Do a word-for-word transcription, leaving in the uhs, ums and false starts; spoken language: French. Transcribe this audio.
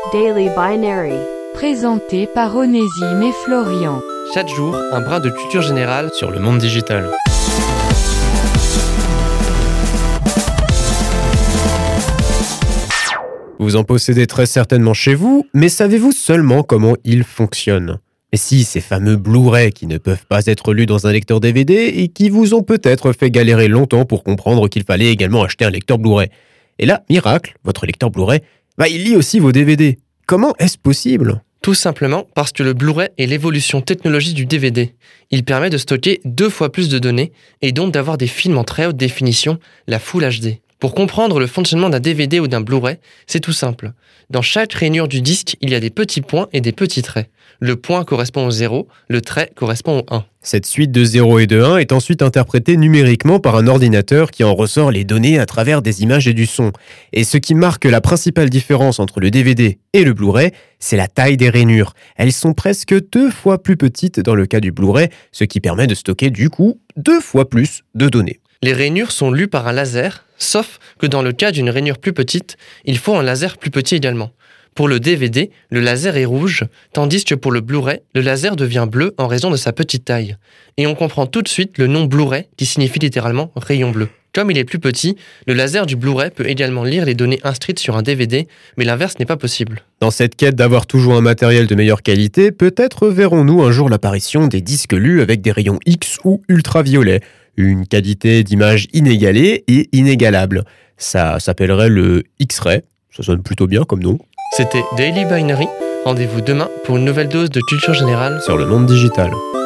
Daily Binary. Présenté par Onésime et Florian. Chaque jour, un brin de culture générale sur le monde digital. Vous en possédez très certainement chez vous, mais savez-vous seulement comment ils fonctionnent ? Et si ces fameux Blu-ray qui ne peuvent pas être lus dans un lecteur D V D et qui vous ont peut-être fait galérer longtemps pour comprendre qu'il fallait également acheter un lecteur Blu-ray. Et là, miracle, votre lecteur Blu-ray, bah, il lit aussi vos D V D. Comment est-ce possible ? Tout simplement parce que le Blu-ray est l'évolution technologique du D V D. Il permet de stocker deux fois plus de données et donc d'avoir des films en très haute définition, la Full H D. Pour comprendre le fonctionnement d'un D V D ou d'un Blu-ray, c'est tout simple. Dans chaque rainure du disque, il y a des petits points et des petits traits. Le point correspond au zéro, le trait correspond au un. Cette suite de zéro et de un est ensuite interprétée numériquement par un ordinateur qui en ressort les données à travers des images et du son. Et ce qui marque la principale différence entre le D V D et le Blu-ray, c'est la taille des rainures. Elles sont presque deux fois plus petites dans le cas du Blu-ray, ce qui permet de stocker du coup deux fois plus de données. Les rainures sont lues par un laser, sauf que dans le cas d'une rainure plus petite, il faut un laser plus petit également. Pour le D V D, le laser est rouge, tandis que pour le Blu-ray, le laser devient bleu en raison de sa petite taille. Et on comprend tout de suite le nom Blu-ray, qui signifie littéralement rayon bleu. Comme il est plus petit, le laser du Blu-ray peut également lire les données inscrites sur un D V D, mais l'inverse n'est pas possible. Dans cette quête d'avoir toujours un matériel de meilleure qualité, peut-être verrons-nous un jour l'apparition des disques lus avec des rayons X ou ultraviolets. Une qualité d'image inégalée et inégalable. Ça s'appellerait le X-Ray. Ça sonne plutôt bien comme nom. C'était Daily Binary. Rendez-vous demain pour une nouvelle dose de culture générale sur le monde digital.